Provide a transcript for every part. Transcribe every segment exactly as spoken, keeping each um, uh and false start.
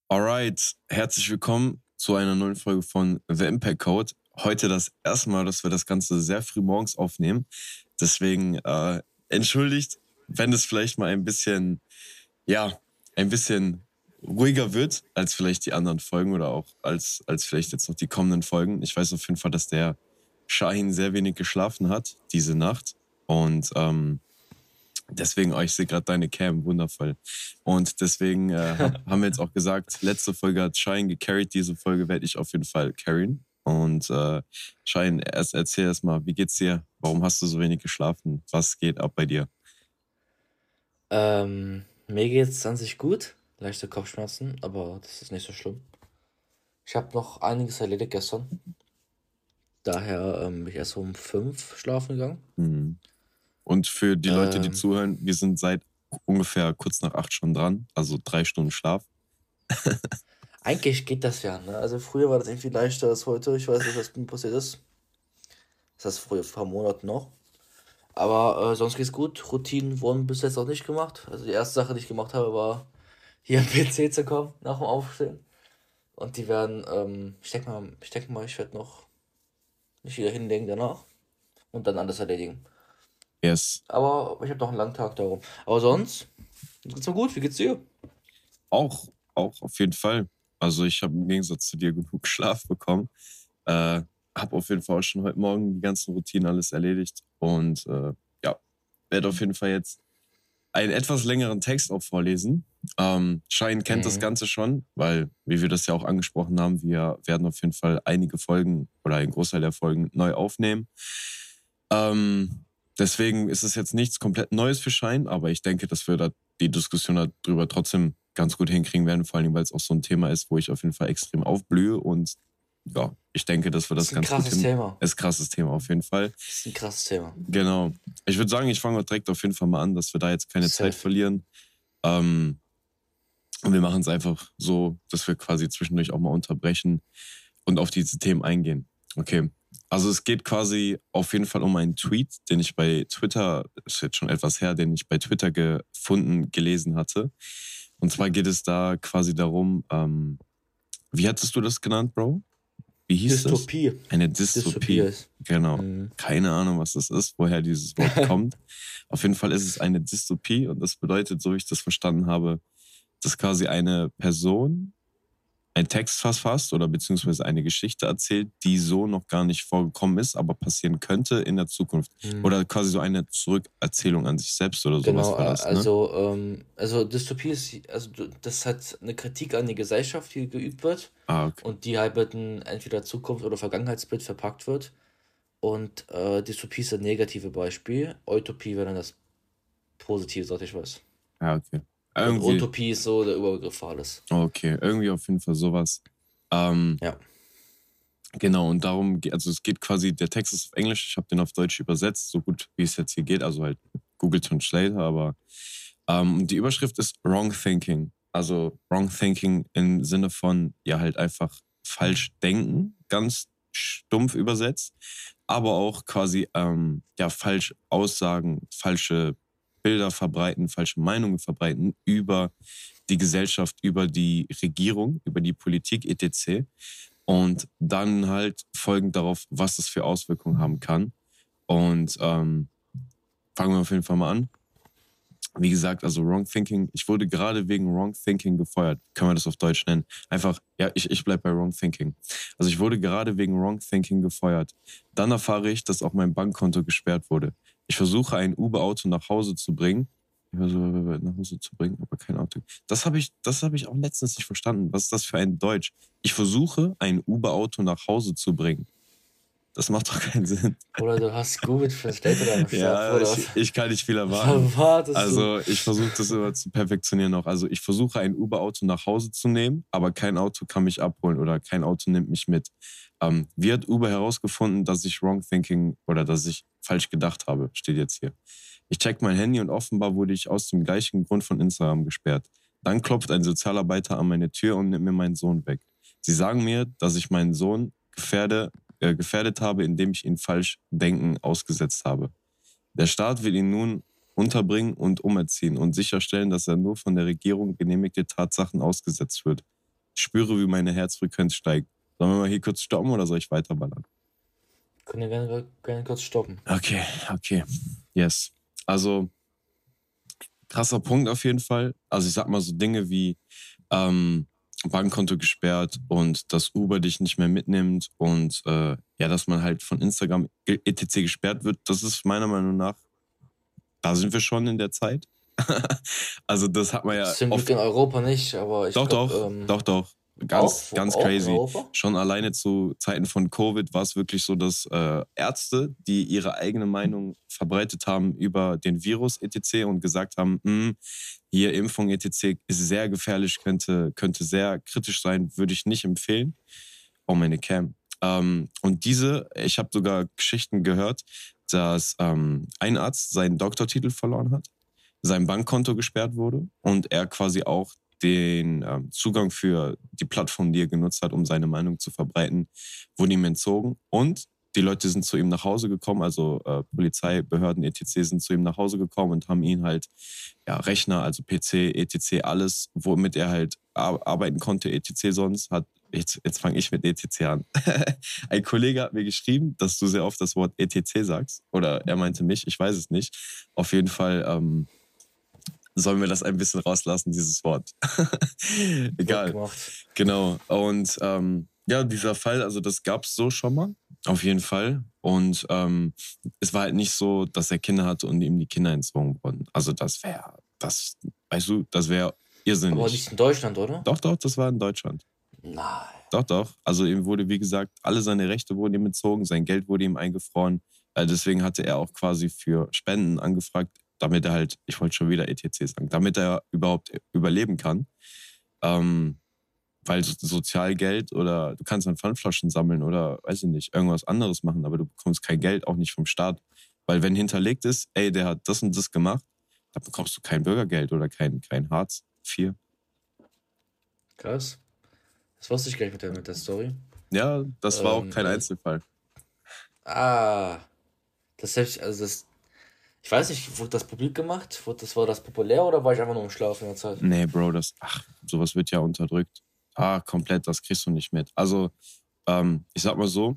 Alright, herzlich willkommen zu einer neuen Folge von The Impact Code. Heute das erste Mal, dass wir das Ganze sehr früh morgens aufnehmen. Deswegen äh, entschuldigt, wenn es vielleicht mal ein bisschen, ja, ein bisschen ruhiger wird als vielleicht die anderen Folgen oder auch als, als vielleicht jetzt noch die kommenden Folgen. Ich weiß auf jeden Fall, dass der Shahin sehr wenig geschlafen hat diese Nacht und ähm, deswegen, oh, ich sehe gerade deine Cam, wundervoll. Und deswegen äh, hab, haben wir jetzt auch gesagt, letzte Folge hat Shine gecarried, diese Folge werde ich auf jeden Fall carryen. Und äh, Shine, erst erzähl erst mal, wie geht's dir? Warum hast du so wenig geschlafen? Was geht ab bei dir? Ähm, mir geht's an sich gut. Leichte Kopfschmerzen, aber das ist nicht so schlimm. Ich habe noch einiges erledigt gestern. Daher ähm, bin ich erst um fünf schlafen gegangen. Mhm. Und für die Leute, die Ähm, zuhören, wir sind seit ungefähr kurz nach acht schon dran, also drei Stunden Schlaf. eigentlich geht das ja, ne? Also früher war das irgendwie leichter als heute. Ich weiß nicht, was mir passiert ist. Das heißt früher, vor ein paar Monaten noch. Aber äh, sonst geht's gut. Routinen wurden bis jetzt auch nicht gemacht. Also die erste Sache, die ich gemacht habe, war hier am P C zu kommen nach dem Aufstehen. Und die werden, ähm, ich denke mal, ich denke mal, ich werde noch mich wieder hinlegen danach und dann alles erledigen. Yes. Aber ich habe noch einen langen Tag darum. Aber sonst, geht's mir gut. Wie geht's dir? Auch, auch auf jeden Fall. Also ich habe im Gegensatz zu dir genug Schlaf bekommen. Äh, habe auf jeden Fall auch schon heute Morgen die ganzen Routinen alles erledigt und äh, ja, werde auf jeden Fall jetzt einen etwas längeren Text auch vorlesen. Ähm, Schein kennt das Mhm. Ganze schon, weil, wie wir das ja auch angesprochen haben, wir werden auf jeden Fall einige Folgen oder einen Großteil der Folgen neu aufnehmen. Ähm, deswegen ist es jetzt nichts komplett Neues für Schein, aber ich denke, dass wir da die Diskussion darüber trotzdem ganz gut hinkriegen werden, vor allem, weil es auch so ein Thema ist, wo ich auf jeden Fall extrem aufblühe und ja, ich denke, dass wir Das das ist ein ganz gut krasses hin. Thema. Ist ein krasses Thema auf jeden Fall. Das ist ein krasses Thema. Genau. Ich würde sagen, ich fange direkt auf jeden Fall mal an, dass wir da jetzt keine Zeit Safe. verlieren. Ähm, und wir machen es einfach so, dass wir quasi zwischendurch auch mal unterbrechen und auf diese Themen eingehen. Okay. Also es geht quasi auf jeden Fall um einen Tweet, den ich bei Twitter, ist jetzt schon etwas her, den ich bei Twitter gefunden, gelesen hatte. Und zwar geht es da quasi darum, ähm, wie hattest du das genannt, Bro? Wie hieß das? Dystopie. Eine Dystopie Dystopie. ist. Genau. Mhm. Keine Ahnung, was das ist, woher dieses Wort kommt. Auf jeden Fall ist es eine Dystopie und das bedeutet, so wie ich das verstanden habe, dass quasi eine Person einen Text verfasst oder beziehungsweise eine Geschichte erzählt, die so noch gar nicht vorgekommen ist, aber passieren könnte in der Zukunft. Mhm. Oder quasi so eine Zurückerzählung an sich selbst oder Genau, sowas äh, war das, ne? also, ähm, also Dystopie ist, also du- das hat eine Kritik an die Gesellschaft, die geübt wird Ah, okay. und die halt mit einem entweder Zukunft- oder Vergangenheitsbild verpackt wird. Und äh, Dystopie ist das negative Beispiel. Utopie wäre dann das positive, soweit ich weiß. Ja, okay. Und Irgendwie, Utopie ist so der Überbegriff für alles. okay, irgendwie auf jeden Fall sowas. Ähm, Ja. Genau, und darum, ge- also es geht quasi, der Text ist auf Englisch, ich habe den auf Deutsch übersetzt, so gut wie es jetzt hier geht, also halt Google Translator, aber ähm, die Überschrift ist Wrong Thinking. Also Wrong Thinking im Sinne von, ja, halt einfach falsch denken, ganz stumpf übersetzt, aber auch quasi, ähm, ja, falsch Aussagen, falsche Bilder verbreiten, falsche Meinungen verbreiten über die Gesellschaft, über die Regierung, über die Politik, et cetera. Und dann halt folgend darauf, was das für Auswirkungen haben kann. Und ähm, fangen wir auf jeden Fall mal an. Wie gesagt, also Wrong Thinking, ich wurde gerade wegen Wrong Thinking gefeuert. Können wir das auf Deutsch nennen? Einfach, ja, ich, ich bleibe bei Wrong Thinking. Also ich wurde gerade wegen Wrong Thinking gefeuert. Dann erfahre ich, dass auch mein Bankkonto gesperrt wurde. Ich versuche, ein Uber-Auto nach Hause zu bringen. Ich versuche, nach Hause zu bringen, aber kein Auto. Das habe ich, das habe ich auch letztens nicht verstanden. Was ist das für ein Deutsch? Ich versuche, ein Uber-Auto nach Hause zu bringen. Das macht doch keinen Sinn. Oder du hast Google Translator am Start, Ja, Bruder. ich, Was, ich kann nicht viel was erwarten. erwartest du? Also ich versuche das immer zu perfektionieren noch. Also ich versuche ein Uber-Auto nach Hause zu nehmen, aber kein Auto kann mich abholen oder kein Auto nimmt mich mit. Ähm, wie hat Uber herausgefunden, dass ich Wrong Thinking oder dass ich falsch gedacht habe? Steht jetzt hier. Ich check mein Handy und offenbar wurde ich aus dem gleichen Grund von Instagram gesperrt. Dann klopft ein Sozialarbeiter an meine Tür und nimmt mir meinen Sohn weg. Sie sagen mir, dass ich meinen Sohn gefährde, äh, gefährdet habe, indem ich ihn falsch denken ausgesetzt habe. Der Staat will ihn nun unterbringen und umerziehen und sicherstellen, dass er nur von der Regierung genehmigte Tatsachen ausgesetzt wird. spüre, wie meine Herzfrequenz steigt. Sollen wir mal hier kurz stoppen oder soll ich weiterballern? Können wir gerne, gerne kurz stoppen. Okay, okay. Yes. Also, krasser Punkt auf jeden Fall. Also ich sag mal so Dinge wie ähm, Bankkonto gesperrt und dass Uber dich nicht mehr mitnimmt und äh, ja, dass man halt von Instagram et cetera gesperrt wird, das ist meiner Meinung nach, da sind wir schon in der Zeit. Also das hat man ja Zum Glück oft. in Europa nicht, aber ich Doch, glaube, doch, ähm, doch, doch. auch, Ganz, ganz auch in crazy. Europa? Schon alleine zu Zeiten von Covid war es wirklich so, dass äh, Ärzte, die ihre eigene Meinung verbreitet haben über den Virus et cetera und gesagt haben, "Hm, hier Impfung et cetera ist sehr gefährlich, könnte, könnte sehr kritisch sein, würde ich nicht empfehlen." Oh, meine Cam. Ähm, und diese, ich habe sogar Geschichten gehört, dass ähm, ein Arzt seinen Doktortitel verloren hat, sein Bankkonto gesperrt wurde und er quasi auch den ähm, Zugang für die Plattform, die er genutzt hat, um seine Meinung zu verbreiten, wurde ihm entzogen. Und die Leute sind zu ihm nach Hause gekommen, also äh, Polizei, Behörden et cetera sind zu ihm nach Hause gekommen und haben ihn halt, ja, Rechner, also P C, et cetera, alles, womit er halt ar- arbeiten konnte, et cetera sonst, hat, jetzt, jetzt fange ich mit et cetera an. Ein Kollege hat mir geschrieben, dass du sehr oft das Wort et cetera sagst, oder er meinte mich, ich weiß es nicht. Auf jeden Fall, ähm, sollen wir das ein bisschen rauslassen, dieses Wort. Gut Egal. gemacht. Genau. Und ähm, ja, dieser Fall, also das gab es so schon mal, auf jeden Fall. Und ähm, es war halt nicht so, dass er Kinder hatte und ihm die Kinder entzogen wurden. Also das wäre, das, weißt du, das wäre Aber irrsinnig. nicht in Deutschland, oder? Doch, doch, das war in Deutschland. Nein. Doch, doch. Also ihm wurde, wie gesagt, alle seine Rechte wurden ihm entzogen, sein Geld wurde ihm eingefroren. Äh, deswegen hatte er auch quasi für Spenden angefragt, damit er halt, ich wollte schon wieder et cetera sagen, damit er überhaupt überleben kann. Ähm, weil so- Sozialgeld oder du kannst dann Pfandflaschen sammeln oder weiß ich nicht, irgendwas anderes machen, aber du bekommst kein Geld, auch nicht vom Staat. Weil wenn hinterlegt ist, ey, der hat das und das gemacht, dann bekommst du kein Bürgergeld oder kein, kein Hartz vier. Krass. Das wusste ich gar nicht mit der, mit der Story. Ja, das war auch Ähm, kein also, Einzelfall. ah, das selbst, also das, ich weiß nicht, wurde das publik gemacht? Wurde das, war das populär oder war ich einfach nur im Schlaf in der Zeit? Nee, Bro, das, ach, sowas wird ja unterdrückt. Ah, komplett, das kriegst du nicht mit. Also, ähm, ich sag mal so,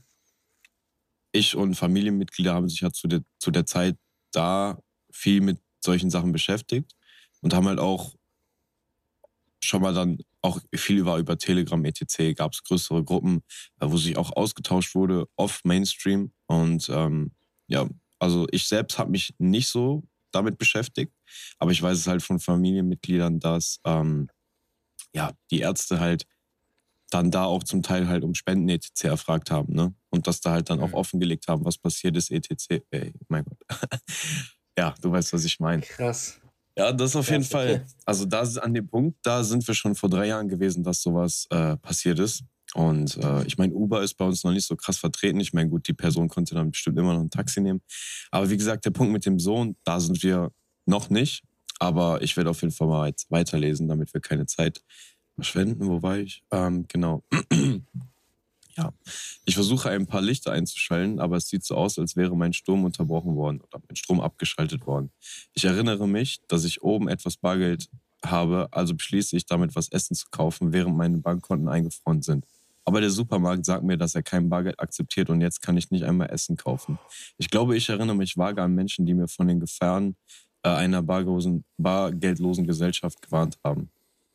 ich und Familienmitglieder haben sich ja zu der, zu der Zeit da viel mit solchen Sachen beschäftigt und haben halt auch schon mal dann auch viel über, über Telegram et cetera gab es größere Gruppen, äh, wo sich auch ausgetauscht wurde, off Mainstream. Und ähm, ja, also ich selbst habe mich nicht so damit beschäftigt, aber ich weiß es halt von Familienmitgliedern, dass ähm, ja, die Ärzte halt dann da auch zum Teil halt um Spenden et cetera erfragt haben, ne? Und dass da halt dann auch Hm. offengelegt haben, was passiert ist et cetera. Ey, mein Gott. Ja, du weißt, was ich meine. Krass. Ja, das auf jeden Krass, Fall. okay. Also da ist an dem Punkt, da sind wir schon vor drei Jahren gewesen, dass sowas äh, passiert ist. Und äh, ich meine, Uber ist bei uns noch nicht so krass vertreten. Ich meine, gut, die Person konnte dann bestimmt immer noch ein Taxi nehmen. Aber wie gesagt, der Punkt mit dem Sohn, da sind wir noch nicht. Aber ich werde auf jeden Fall mal jetzt weiterlesen, damit wir keine Zeit verschwenden. Wo war ich? Ähm, genau. Ja, ich versuche ein paar Lichter einzuschalten, aber es sieht so aus, als wäre mein Strom unterbrochen worden oder mein Strom abgeschaltet worden. Ich erinnere mich, dass ich oben etwas Bargeld habe, also beschließe ich damit, was Essen zu kaufen, während meine Bankkonten eingefroren sind. Aber der Supermarkt sagt mir, dass er kein Bargeld akzeptiert und jetzt kann ich nicht einmal Essen kaufen. Ich glaube, ich erinnere mich vage an Menschen, die mir von den Gefahren äh, einer bargelosen, bargeldlosen Gesellschaft gewarnt haben.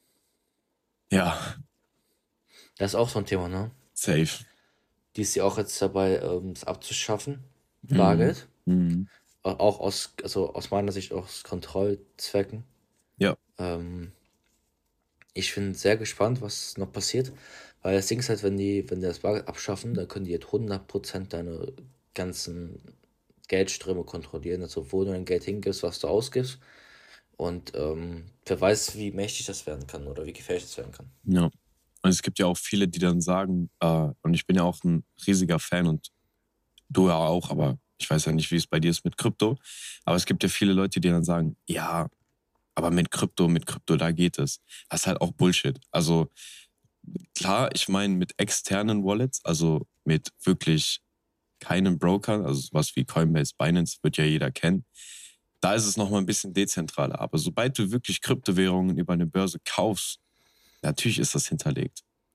Ja, Das ist auch so ein Thema, ne? safe. Die ist ja auch jetzt dabei, ähm, das abzuschaffen. Mhm. Bargeld. Mhm. Au- Auch aus, also aus meiner Sicht auch aus Kontrollzwecken. Ja. Ähm, ich bin sehr gespannt, was noch passiert. Weil das Ding ist halt, wenn die, wenn die das Bargeld abschaffen, dann können die jetzt hundert Prozent deine ganzen Geldströme kontrollieren. Also wo du dein Geld hingibst, was du ausgibst. Und ähm, wer weiß, wie mächtig das werden kann oder wie gefährlich das werden kann. Ja. Und es gibt ja auch viele, die dann sagen, äh, und ich bin ja auch ein riesiger Fan und du ja auch, aber ich weiß ja nicht, wie es bei dir ist mit Krypto. Aber es gibt ja viele Leute, die dann sagen, ja, aber mit Krypto, mit Krypto, da geht es. Das ist halt auch Bullshit. Also klar, ich meine mit externen Wallets, also mit wirklich keinem Broker, also sowas wie Coinbase, Binance, wird ja jeder kennen. Da ist es nochmal ein bisschen dezentraler. Aber sobald du wirklich Kryptowährungen über eine Börse kaufst, natürlich ist das hinterlegt.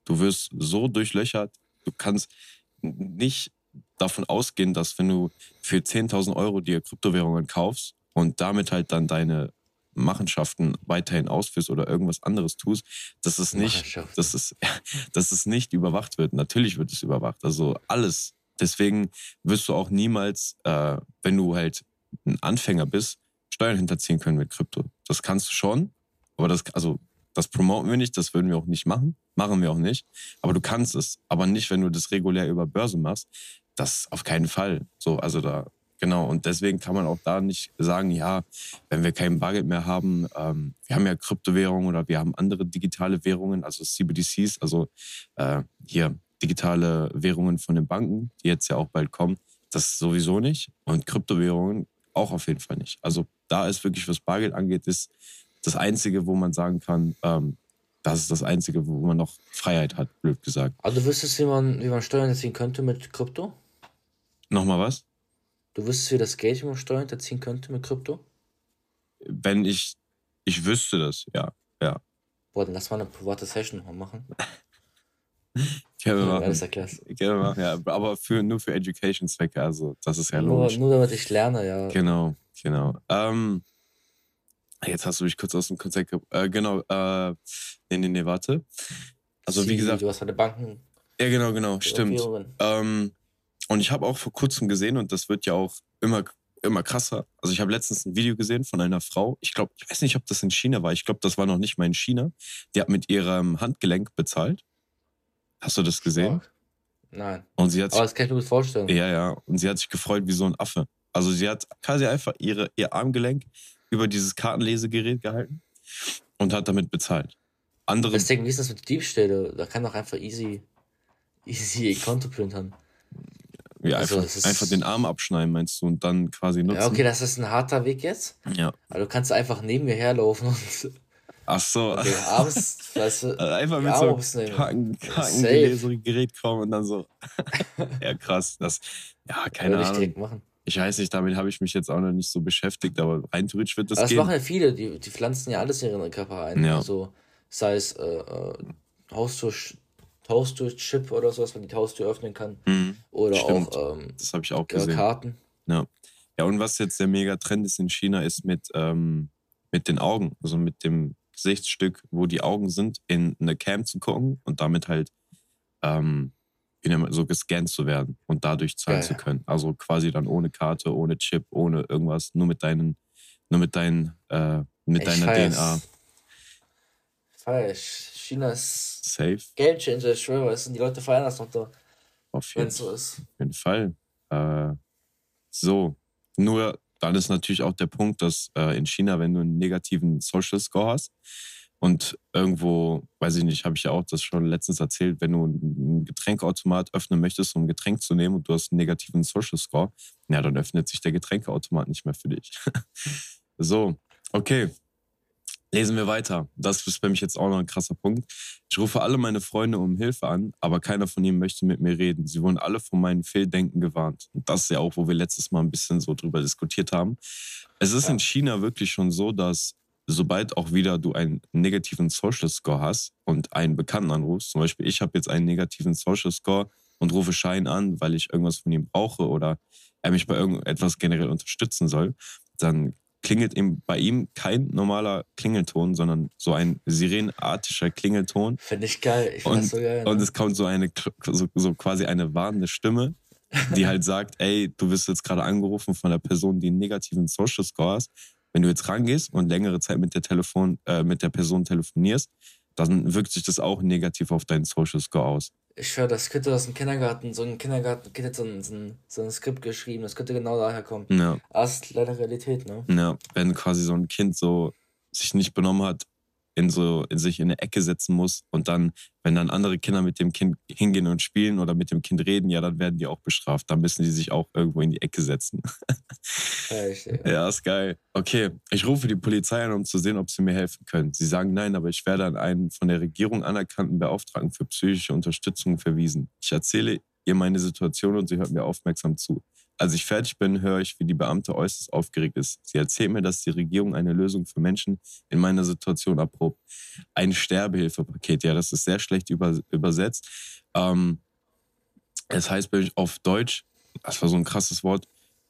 Du wirst so durchlöchert, du kannst nicht davon ausgehen, dass wenn du für zehntausend Euro dir Kryptowährungen kaufst und damit halt dann deine Machenschaften weiterhin ausführst oder irgendwas anderes tust, dass es nicht, dass es, dass es nicht überwacht wird. Natürlich wird es überwacht, also alles. Deswegen wirst du auch niemals, äh, wenn du halt ein Anfänger bist, Steuern hinterziehen können mit Krypto. Das kannst du schon, aber das, also das promoten wir nicht, das würden wir auch nicht machen, machen wir auch nicht. Aber du kannst es, aber nicht, wenn du das regulär über Börse machst. Das auf keinen Fall. So, also da, genau. Und deswegen kann man auch da nicht sagen, ja, wenn wir kein Bargeld mehr haben, ähm, wir haben ja Kryptowährungen oder wir haben andere digitale Währungen, also C B D Cs, also äh, hier digitale Währungen von den Banken, die jetzt ja auch bald kommen. Das sowieso nicht. Und Kryptowährungen auch auf jeden Fall nicht. Also da ist wirklich, was Bargeld angeht, ist das Einzige, wo man sagen kann, ähm, das ist das Einzige, wo man noch Freiheit hat, blöd gesagt. Also du wüsstest, wie man, wie man Steuern erziehen könnte mit Krypto? Nochmal was? Du wüsstest, wie das Geld, wie man Steuern erziehen könnte mit Krypto? Wenn ich, ich wüsste das, ja, ja. Boah, dann lass mal eine private Session nochmal machen. Können wir machen. Alles erklärst. Können wir machen, ja. Aber für, nur für Education-Zwecke, also das ist ja Nur, logisch. nur damit ich lerne, ja. Genau, genau. Ähm, jetzt hast du mich kurz aus dem Konzept ge äh, Genau, äh, nee, nee, nee, warte. Also Sie, wie gesagt... Du hast deine Banken... Ja, genau, genau, stimmt. Ähm, und ich habe auch vor kurzem gesehen, und das wird ja auch immer, immer krasser. Also ich habe letztens ein Video gesehen von einer Frau. Ich glaube, ich weiß nicht, ob das in China war. Ich glaube, das war noch nicht mal in China. Die hat mit ihrem Handgelenk bezahlt. Hast du das gesehen? Stark. Nein. Und sie hat sich, Aber das kann ich mir gut vorstellen. Ja, ja. Und sie hat sich gefreut wie so ein Affe. Also sie hat quasi einfach ihre, ihr Armgelenk über dieses Kartenlesegerät gehalten und hat damit bezahlt. Andere... Deswegen, wie ist das mit Diebstähle? Da kann doch einfach easy, easy ihr Konto plündern. Ja, Also, einfach, es ist- einfach den Arm abschneiden, meinst du, und dann quasi nutzen. Ja, okay, das ist ein harter Weg jetzt. Ja. Aber du kannst einfach neben mir herlaufen und Ach so. okay, abends, weißt du, Einfach die mit Arme so nehmen. Karten, Safe. Kartenlesegerät kommen und dann so. Ja, krass. Das, ja, keine Würde ich Ahnung. direkt machen. Ich weiß nicht, damit habe ich mich jetzt auch noch nicht so beschäftigt, aber rein theoretisch wird das Aber das gehen. machen ja viele, die, die pflanzen ja alles in ihren Körper ein. Ja. Also, sei es äh, äh, Haustür, Haustür-Chip oder sowas, wenn die Haustür öffnen kann. Mhm. Oder Stimmt. auch ähm, Das habe ich auch äh, gesehen. Karten. Ja. Ja, und was jetzt der Mega-Trend ist in China, ist mit, ähm, mit den Augen, also mit dem Gesichtsstück, wo die Augen sind, in eine Cam zu gucken und damit halt ähm, wie nennt man, so gescannt zu werden und dadurch zahlen Geil. zu können. Also quasi dann ohne Karte, ohne Chip, ohne irgendwas, nur mit deinen, nur mit deinen, äh, mit Ich deiner D N A. feier's. Feier ich. China ist Safe, Game Changer, ich schwöre, es sind die Leute feiern das noch da, auf wenn jeden, es so ist. auf jeden Fall. Äh, so, nur dann ist natürlich auch der Punkt, dass äh, in China, wenn du einen negativen Social Score hast und irgendwo, weiß ich nicht, habe ich ja auch das schon letztens erzählt, wenn du einen Getränkeautomat öffnen möchtest, um ein Getränk zu nehmen und du hast einen negativen Social Score, ja, dann öffnet sich der Getränkeautomat nicht mehr für dich. So, okay. Lesen wir weiter. Das ist bei mich jetzt auch noch ein krasser Punkt. Ich rufe alle meine Freunde um Hilfe an, aber keiner von ihnen möchte mit mir reden. Sie wurden alle von meinen Fehldenken gewarnt. Und das ist ja auch, wo wir letztes Mal ein bisschen so drüber diskutiert haben. Es ist Ja. in China wirklich schon so, dass sobald auch wieder du einen negativen Social Score hast und einen Bekannten anrufst, zum Beispiel ich habe jetzt einen negativen Social Score und rufe Schein an, weil ich irgendwas von ihm brauche oder er mich bei irgendetwas generell unterstützen soll, dann klingelt ihm bei ihm kein normaler Klingelton, sondern so ein sirenartischer Klingelton. Finde ich geil. Ich finde Und, das so geil. und Ne? es kommt so eine so, so quasi eine warnende Stimme, die halt sagt, ey, du wirst jetzt gerade angerufen von der Person, die einen negativen Social Score hast. Wenn du jetzt rangehst und längere Zeit mit der Telefon, äh, mit der Person telefonierst, dann wirkt sich das auch negativ auf deinen Social Score aus. Ich höre, das könnte aus dem Kindergarten, so ein Kindergarten-Kind hat so ein, so, ein, so ein Skript geschrieben, das könnte genau daher kommen. Ja. Aber es ist leider Realität, ne? Ja, wenn quasi so ein Kind so sich nicht benommen hat, in so in sich in eine Ecke setzen muss und dann, wenn dann andere Kinder mit dem Kind hingehen und spielen oder mit dem Kind reden, ja, dann werden die auch bestraft. Dann müssen die sich auch irgendwo in die Ecke setzen. Ja, ich, ja. Ja, ist geil. Okay, ich rufe die Polizei an, um zu sehen, ob sie mir helfen können. Sie sagen nein, aber ich werde an einen von der Regierung anerkannten Beauftragten für psychische Unterstützung verwiesen. Ich erzähle ihr meine Situation und sie hört mir aufmerksam zu. Als ich fertig bin, höre ich, wie die Beamte äußerst aufgeregt ist. Sie erzählt mir, dass die Regierung eine Lösung für Menschen in meiner Situation erprobt. Ein Sterbehilfepaket, ja, das ist sehr schlecht über, übersetzt. Ähm, es heißt auf Deutsch, das war so ein krasses Wort,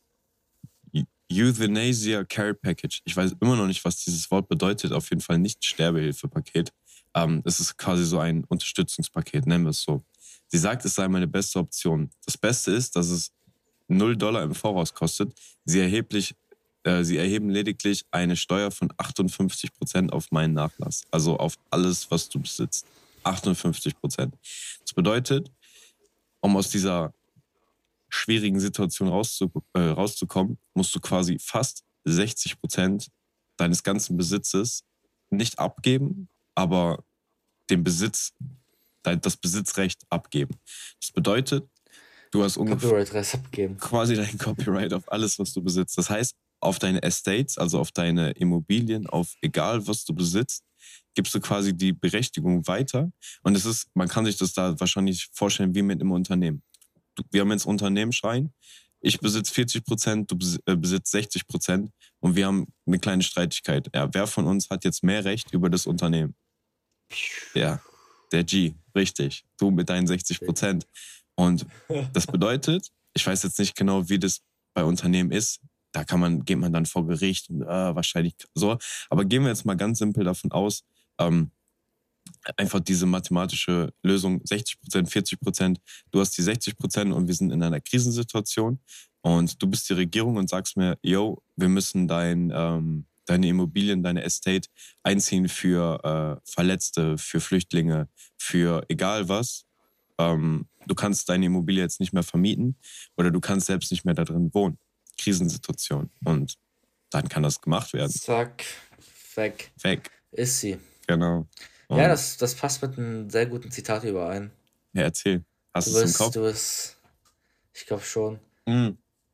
Euthanasia Care Package. Ich weiß immer noch nicht, was dieses Wort bedeutet. Auf jeden Fall nicht Sterbehilfepaket. Ähm, es ist quasi so ein Unterstützungspaket, nennen wir es so. Sie sagt, es sei meine beste Option. Das Beste ist, dass es null Dollar im Voraus kostet. Sie, erheblich, äh, sie erheben lediglich eine Steuer von achtundfünfzig Prozent auf meinen Nachlass. Also auf alles, was du besitzt. achtundfünfzig Prozent. Das bedeutet, um aus dieser schwierigen Situation rauszu äh, rauszukommen, musst du quasi fast sechzig Prozent deines ganzen Besitzes nicht abgeben, aber den Besitz, das Besitzrecht abgeben. Das bedeutet, du hast ungefähr quasi dein Copyright auf alles, was du besitzt. Das heißt, auf deine Estates, also auf deine Immobilien, auf egal, was du besitzt, gibst du quasi die Berechtigung weiter. Und es ist, man kann sich das da wahrscheinlich vorstellen wie mit einem Unternehmen. Wir haben jetzt Unternehmen schreien, ich besitze vierzig Prozent, du besitzt sechzig Prozent und wir haben eine kleine Streitigkeit. Ja, wer von uns hat jetzt mehr Recht über das Unternehmen? Ja, der G, richtig. Du mit deinen sechzig Prozent. Und das bedeutet, ich weiß jetzt nicht genau, wie das bei Unternehmen ist. Da kann man, geht man dann vor Gericht und äh, wahrscheinlich so. Aber gehen wir jetzt mal ganz simpel davon aus, ähm, einfach diese mathematische Lösung, sechzig Prozent, vierzig Prozent. Du hast die sechzig Prozent und wir sind in einer Krisensituation und du bist die Regierung und sagst mir, yo, wir müssen dein, ähm, deine Immobilien, deine Estate einziehen für äh, Verletzte, für Flüchtlinge, für egal was. Ähm, du kannst deine Immobilie jetzt nicht mehr vermieten oder du kannst selbst nicht mehr da drin wohnen. Krisensituation. Und dann kann das gemacht werden. Zack, weg. Weg. Ist sie. Genau. Und ja, das, das passt mit einem sehr guten Zitat überein. Ja, erzähl. Hast du es im Kopf? Du bist, ich glaube schon. Mm.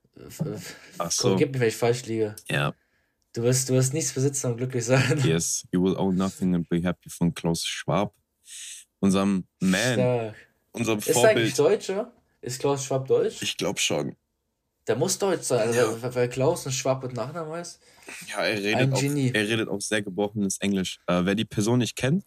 Ach so. Korrigiert mich, wenn ich falsch liege. Ja. Du wirst, du wirst nichts besitzen und glücklich sein. Yes, you will own nothing and be happy von Klaus Schwab. Unserem Man. Stark. Unserem ist Vorbild. Er eigentlich Deutscher? Ist Klaus Schwab deutsch? Ich glaube schon. Der muss deutsch sein, also ja. weil, weil Klaus ein Schwab mit Nachnamen heißt. Ja, er redet, ein auch, Genie. er redet auch sehr gebrochenes Englisch. Äh, wer die Person nicht kennt,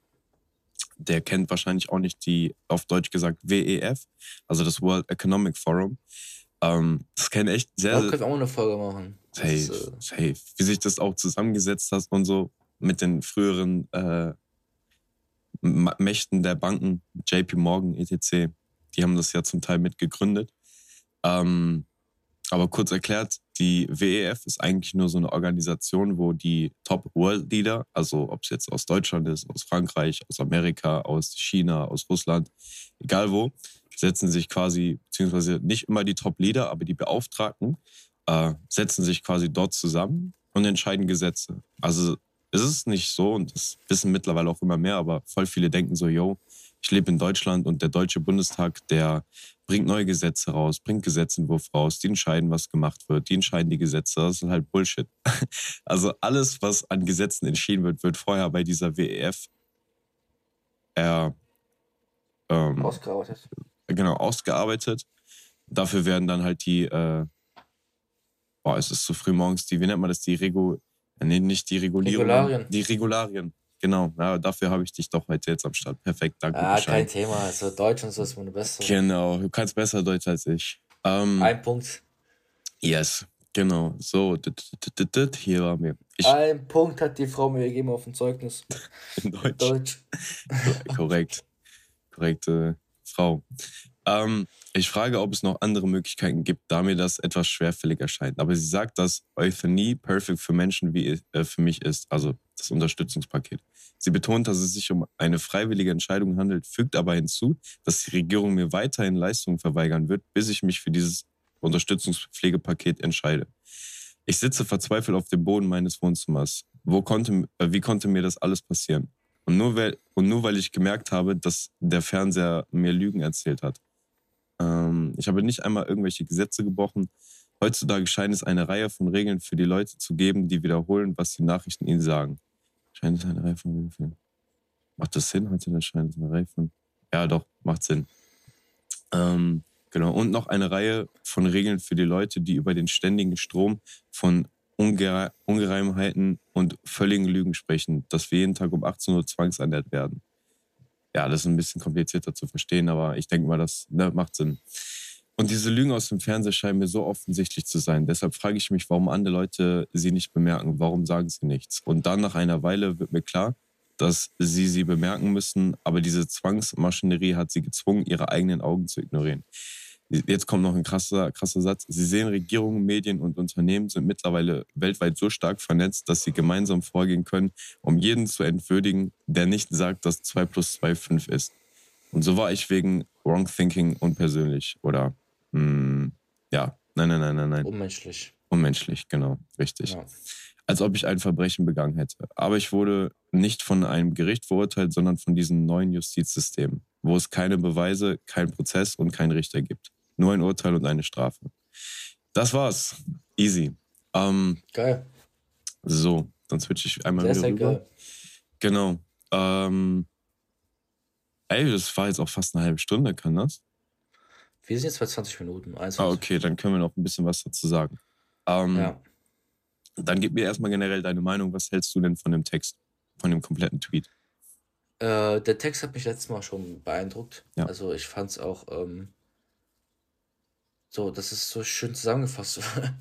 der kennt wahrscheinlich auch nicht die, auf Deutsch gesagt, W E F, also das World Economic Forum. Ähm, das kennt echt sehr, sehr... Da können wir auch eine Folge machen. Safe, ist, äh... safe. Wie sich das auch zusammengesetzt hat und so mit den früheren äh, Mächten der Banken, J P Morgan, et cetera. Die haben das ja zum Teil mitgegründet. Ähm, aber kurz erklärt, die W E F ist eigentlich nur so eine Organisation, wo die Top-World-Leader, also ob es jetzt aus Deutschland ist, aus Frankreich, aus Amerika, aus China, aus Russland, egal wo, setzen sich quasi, beziehungsweise nicht immer die Top-Leader, aber die Beauftragten, äh, setzen sich quasi dort zusammen und entscheiden Gesetze. Also es ist nicht so, und das wissen mittlerweile auch immer mehr, aber voll viele denken so, yo, ich lebe in Deutschland und der Deutsche Bundestag, der bringt neue Gesetze raus, bringt Gesetzentwurf raus, die entscheiden, was gemacht wird, die entscheiden die Gesetze. Das ist halt Bullshit. Also alles, was an Gesetzen entschieden wird, wird vorher bei dieser W E F äh, ähm, ausgearbeitet. Genau, ausgearbeitet. Dafür werden dann halt die, äh, boah, es ist zu früh morgens, die, wie nennt man das, die Regu, nee, nicht die Regulierung. Regularien. Die Regularien. Genau, ja, dafür habe ich dich doch heute jetzt am Start. Perfekt, danke. Ah, kein Thema. Also Deutsch und so ist meine beste. Genau, du kannst besser Deutsch als ich. Ähm, Ein Punkt. Yes, genau. So, hier waren wir. Ich, Ein Punkt hat die Frau mir gegeben auf dem Zeugnis. In Deutsch. Deutsch. Korrekt. Korrekte Frau. Ähm, ich frage, ob es noch andere Möglichkeiten gibt, da mir das etwas schwerfällig erscheint. Aber sie sagt, dass Euthanasie perfekt für Menschen wie äh, für mich ist, also das Unterstützungspaket. Sie betont, dass es sich um eine freiwillige Entscheidung handelt, fügt aber hinzu, dass die Regierung mir weiterhin Leistungen verweigern wird, bis ich mich für dieses Unterstützungspflegepaket entscheide. Ich sitze verzweifelt auf dem Boden meines Wohnzimmers. Wo konnte, äh, wie konnte mir das alles passieren? Und nur, weil, und nur weil ich gemerkt habe, dass der Fernseher mir Lügen erzählt hat. Ähm, ich habe nicht einmal irgendwelche Gesetze gebrochen. Heutzutage scheint es eine Reihe von Regeln für die Leute zu geben, die wiederholen, was die Nachrichten ihnen sagen. Scheint es eine Reihe von Regeln. Macht das Sinn? Heute scheint es eine Reihe von... Ja, doch, macht Sinn. Ähm, Genau. Und noch eine Reihe von Regeln für die Leute, die über den ständigen Strom von Ungere Ungereimheiten und völligen Lügen sprechen, dass wir jeden Tag um achtzehn Uhr zwangsernährt werden. Ja, das ist ein bisschen komplizierter zu verstehen, aber ich denke mal, das ne, macht Sinn. Und diese Lügen aus dem Fernseher scheinen mir so offensichtlich zu sein. Deshalb frage ich mich, warum andere Leute sie nicht bemerken. Warum sagen sie nichts? Und dann nach einer Weile wird mir klar, dass sie sie bemerken müssen, aber diese Zwangsmaschinerie hat sie gezwungen, ihre eigenen Augen zu ignorieren. Jetzt kommt noch ein krasser, krasser Satz. Sie sehen, Regierungen, Medien und Unternehmen sind mittlerweile weltweit so stark vernetzt, dass sie gemeinsam vorgehen können, um jeden zu entwürdigen, der nicht sagt, dass zwei plus zwei fünf ist. Und so war ich wegen Wrong Thinking unpersönlich. Oder, mh, ja, nein, nein, nein, nein, nein. Unmenschlich. Unmenschlich, genau, richtig. Ja. Als ob ich ein Verbrechen begangen hätte. Aber ich wurde nicht von einem Gericht verurteilt, sondern von diesem neuen Justizsystem, wo es keine Beweise, keinen Prozess und keinen Richter gibt. Nur ein Urteil und eine Strafe. Das war's. Easy. Ähm, Geil. so, dann switche ich einmal Sehr, wieder sehr rüber. geil. Genau. Ähm, ey, das war jetzt auch fast eine halbe Stunde, kann das? Wir sind jetzt bei zwanzig Minuten. Ah, einundzwanzig. okay, dann können wir noch ein bisschen was dazu sagen. Ähm, Ja. Dann gib mir erstmal generell deine Meinung. Was hältst du denn von dem Text, von dem kompletten Tweet? Äh, der Text hat mich letztes Mal schon beeindruckt. Ja. Also ich fand es auch ähm, so, das ist so schön zusammengefasst.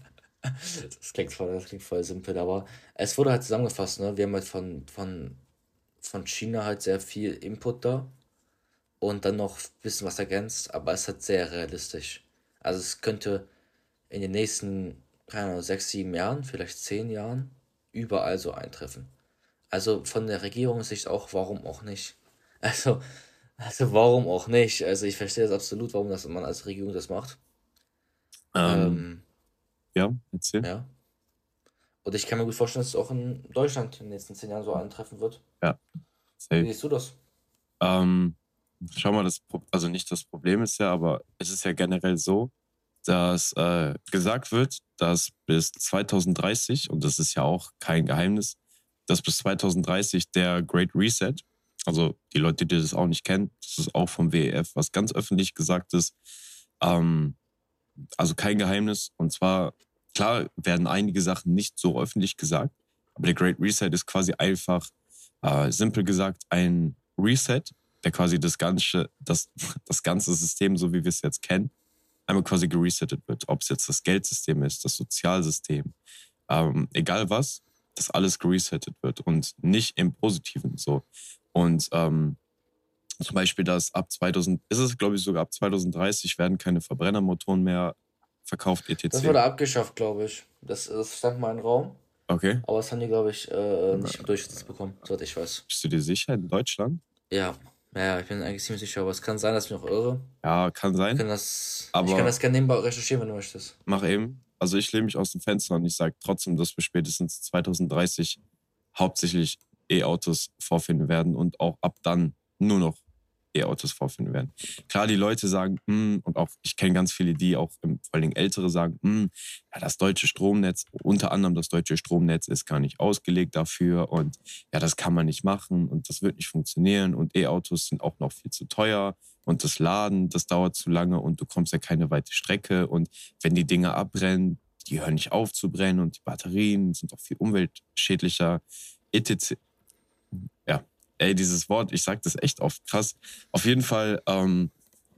Das klingt voll, das klingt voll simpel, aber es wurde halt zusammengefasst, ne? Wir haben halt von, von, von China halt sehr viel Input da und dann noch ein bisschen was ergänzt, aber es ist halt sehr realistisch. Also es könnte in den nächsten, keine Ahnung, sechs, sieben Jahren, vielleicht zehn Jahren, überall so eintreffen. Also von der Regierungssicht auch, warum auch nicht? Also, also warum auch nicht? Also ich verstehe das absolut, warum das man als Regierung das macht. Ähm, Ähm, ja, erzähl. ja. Und ich kann mir gut vorstellen, dass es auch in Deutschland in den nächsten zehn Jahren so eintreffen wird. Ja, Wie safe. siehst du das? Ähm, schau mal, das, Pro- also nicht das Problem ist ja, aber es ist ja generell so, dass äh, gesagt wird, dass bis zwanzig dreißig, und das ist ja auch kein Geheimnis, dass bis zwanzig dreißig der Great Reset, also die Leute, die das auch nicht kennen, das ist auch vom W E F, was ganz öffentlich gesagt ist, ähm, also kein Geheimnis. Und zwar, klar werden einige Sachen nicht so öffentlich gesagt, aber der Great Reset ist quasi einfach, äh, simpel gesagt, ein Reset, der quasi das ganze, das, das ganze System, so wie wir es jetzt kennen, einmal quasi geresettet wird. Ob es jetzt das Geldsystem ist, das Sozialsystem, ähm, egal was, dass alles geresettet wird und nicht im Positiven so. Und ähm, zum Beispiel, dass ab zweitausend, ist es glaube ich sogar ab zwanzig dreißig werden keine Verbrennermotoren mehr verkauft, Das et cetera. wurde abgeschafft, glaube ich. Das, das stand mal im Raum, Okay. aber das haben die, glaube ich, äh, nicht mehr durchgesetzt bekommen, soweit ich weiß. Bist du dir sicher in Deutschland? Ja, ja, ich bin eigentlich ziemlich sicher, aber es kann sein, dass ich mich noch irre. Ja, kann Ich sein. kann das, ich Aber kann das gerne nebenbei recherchieren, wenn du möchtest. mach eben. Also ich lehne mich aus dem Fenster und ich sage trotzdem, dass wir spätestens zwanzig dreißig hauptsächlich E-Autos vorfinden werden und auch ab dann nur noch E-Autos vorfinden werden. Klar, die Leute sagen, mm, und auch ich kenne ganz viele, die auch im, vor allen Dingen Ältere sagen, mm, ja, das deutsche Stromnetz, unter anderem das deutsche Stromnetz ist gar nicht ausgelegt dafür und ja, das kann man nicht machen und das wird nicht funktionieren und E-Autos sind auch noch viel zu teuer und das Laden, das dauert zu lange und du kommst ja keine weite Strecke und wenn die Dinge abbrennen, die hören nicht auf zu brennen und die Batterien sind auch viel umweltschädlicher, et cetera. Ja, ey, dieses Wort, ich sag das echt oft, krass. Auf jeden Fall ähm,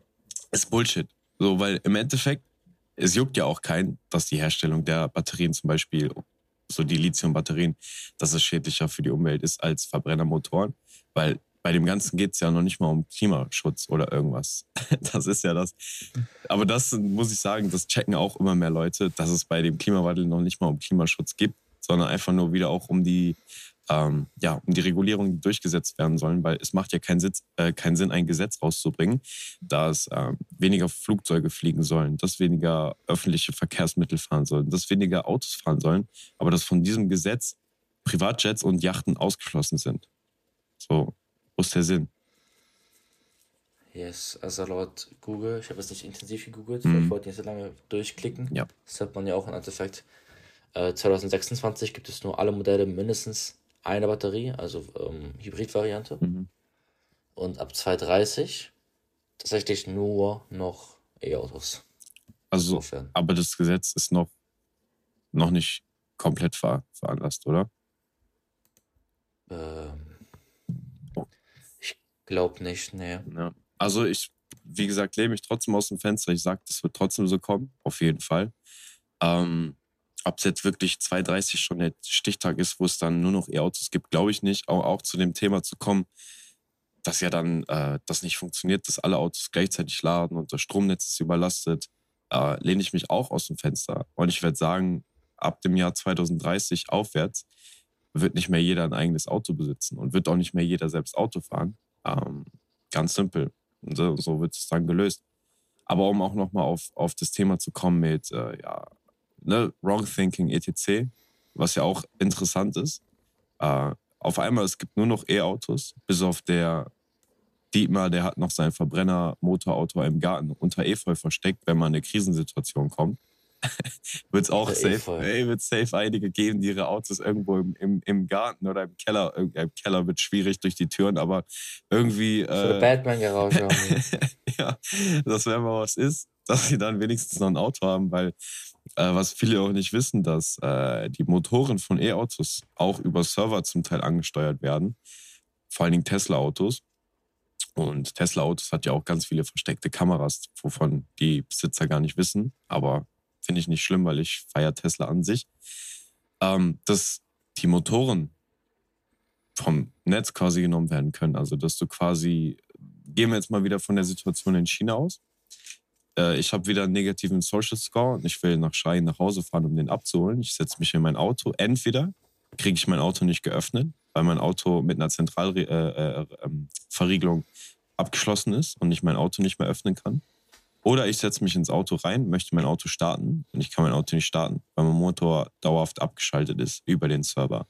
ist Bullshit. So, weil im Endeffekt, es juckt ja auch keinen, dass die Herstellung der Batterien zum Beispiel, so die Lithium-Batterien, dass es schädlicher für die Umwelt ist als Verbrennermotoren. Weil bei dem Ganzen geht es ja noch nicht mal um Klimaschutz oder irgendwas. Das ist ja das. Aber das muss ich sagen, das checken auch immer mehr Leute, dass es bei dem Klimawandel noch nicht mal um Klimaschutz geht, sondern einfach nur wieder auch um die ähm, ja, um die Regulierungen, die durchgesetzt werden sollen, weil es macht ja keinen, Sitz, äh, keinen Sinn, ein Gesetz rauszubringen, dass ähm, weniger Flugzeuge fliegen sollen, dass weniger öffentliche Verkehrsmittel fahren sollen, dass weniger Autos fahren sollen, aber dass von diesem Gesetz Privatjets und Yachten ausgeschlossen sind. So, wo ist der Sinn? Yes, also laut Google, ich habe es nicht intensiv gegoogelt, weil ich Mhm. wollte nicht so lange durchklicken. Ja. Das hat man ja auch im Endeffekt. Äh, zwanzig sechsundzwanzig gibt es nur alle Modelle mindestens eine Batterie, also ähm, Hybrid-Variante. Mhm. Und ab zwanzig dreißig tatsächlich nur noch E-Autos Also, verkauft werden. aber das Gesetz ist noch, noch nicht komplett ver veranlasst, oder? Ähm, ich glaube nicht, nee. Ja. Also ich, wie gesagt, lehne mich trotzdem aus dem Fenster. Ich sage, das wird trotzdem so kommen, auf jeden Fall. Ähm, Ob es jetzt wirklich zwei Uhr dreißig schon der Stichtag ist, wo es dann nur noch E-Autos gibt, glaube ich nicht. Auch, auch zu dem Thema zu kommen, dass ja dann äh, das nicht funktioniert, dass alle Autos gleichzeitig laden und das Stromnetz ist überlastet, äh, lehne ich mich auch aus dem Fenster. Und ich werde sagen, ab dem Jahr zwanzig dreißig aufwärts wird nicht mehr jeder ein eigenes Auto besitzen und wird auch nicht mehr jeder selbst Auto fahren. Ähm, Ganz simpel. Und so, so wird es dann gelöst. Aber um auch nochmal auf, auf das Thema zu kommen mit äh, ja, ne, Wrong Thinking et cetera, was ja auch interessant ist. Äh, auf einmal, es gibt nur noch E-Autos, bis auf der Dietmar, der hat noch sein Verbrenner-Motorauto im Garten unter Efeu versteckt, wenn mal eine Krisensituation kommt. Wird es auch Unter safe, Efeu. ey, wird safe einige geben, die ihre Autos irgendwo im, im, im Garten oder im Keller, im Keller wird schwierig durch die Türen, aber irgendwie, So eine äh, Batman-Garage haben die. ja, dass wenn mal was ist, dass sie dann wenigstens noch ein Auto haben, weil äh, was viele auch nicht wissen, dass äh, die Motoren von E-Autos auch über Server zum Teil angesteuert werden, vor allen Dingen Tesla-Autos. Und Tesla-Autos hat ja auch ganz viele versteckte Kameras, wovon die Besitzer gar nicht wissen. Aber finde ich nicht schlimm, weil ich feiere Tesla an sich. Ähm, dass die Motoren vom Netz quasi genommen werden können. Also dass du quasi, gehen wir jetzt mal wieder von der Situation in China aus. Äh, ich habe wieder einen negativen Social Score und ich will nach Schein nach Hause fahren, um den abzuholen. Ich setze mich in mein Auto. Entweder kriege ich mein Auto nicht geöffnet, weil mein Auto mit einer Zentralverriegelung äh, äh, abgeschlossen ist und ich mein Auto nicht mehr öffnen kann. Oder ich setze mich ins Auto rein, möchte mein Auto starten und ich kann mein Auto nicht starten, weil mein Motor dauerhaft abgeschaltet ist über den Server.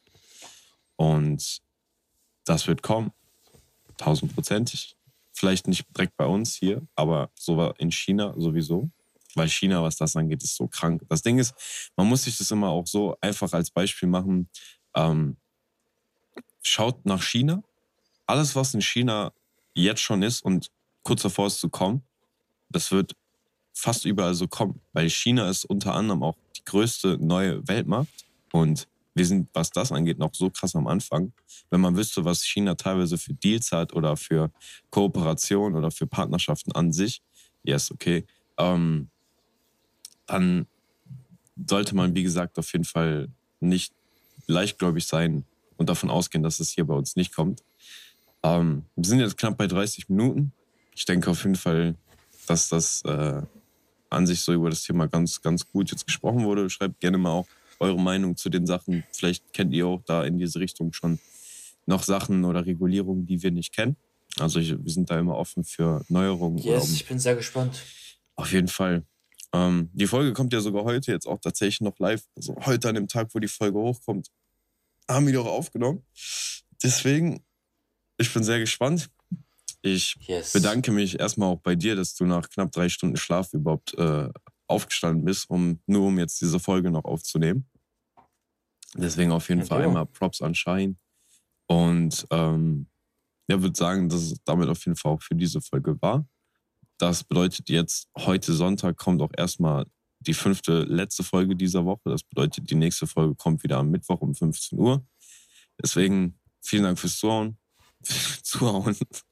Und das wird kommen, tausendprozentig. Vielleicht nicht direkt bei uns hier, aber so in China sowieso. Weil China, was das angeht, ist so krank. Das Ding ist, man muss sich das immer auch so einfach als Beispiel machen. Ähm, schaut nach China. Alles, was in China jetzt schon ist und kurz davor ist zu kommen, das wird fast überall so kommen. Weil China ist unter anderem auch die größte neue Weltmacht. Und wir sind, was das angeht, noch so krass am Anfang. Wenn man wüsste, was China teilweise für Deals hat oder für Kooperation oder für Partnerschaften an sich, yes, okay, ähm, dann sollte man, wie gesagt, auf jeden Fall nicht leichtgläubig sein und davon ausgehen, dass es hier bei uns nicht kommt. Ähm, wir sind jetzt knapp bei dreißig Minuten. Ich denke auf jeden Fall, dass das äh, an sich so über das Thema ganz, ganz gut jetzt gesprochen wurde. Schreibt gerne mal auch eure Meinung zu den Sachen. Vielleicht kennt ihr auch da in diese Richtung schon noch Sachen oder Regulierungen, die wir nicht kennen. Also ich, wir sind da immer offen für Neuerungen. Yes, um, ich bin sehr gespannt. Auf jeden Fall. Ähm, die Folge kommt ja sogar heute jetzt auch tatsächlich noch live. Also heute an dem Tag, wo die Folge hochkommt, haben wir die auch aufgenommen. Deswegen, ich bin sehr gespannt. Ich Yes. bedanke mich erstmal auch bei dir, dass du nach knapp drei Stunden Schlaf überhaupt äh, aufgestanden bist, um nur um jetzt diese Folge noch aufzunehmen. Deswegen auf jeden Ja, Fall klar. einmal Props an Schein. Und ähm, ja, würde sagen, dass es damit auf jeden Fall auch für diese Folge war. Das bedeutet jetzt, heute Sonntag kommt auch erstmal die fünfte, letzte Folge dieser Woche. Das bedeutet, die nächste Folge kommt wieder am Mittwoch um fünfzehn Uhr. Deswegen vielen Dank fürs Zuhauen. Zuhauen.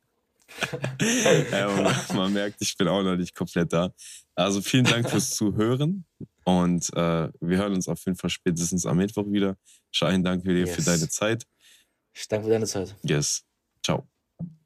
Ja, man, man merkt, ich bin auch noch nicht komplett da. Also vielen Dank fürs Zuhören und äh, wir hören uns auf jeden Fall spätestens am Mittwoch wieder. Schein, danke dir Yes. für deine Zeit. Ich danke für deine Zeit. Yes. Ciao.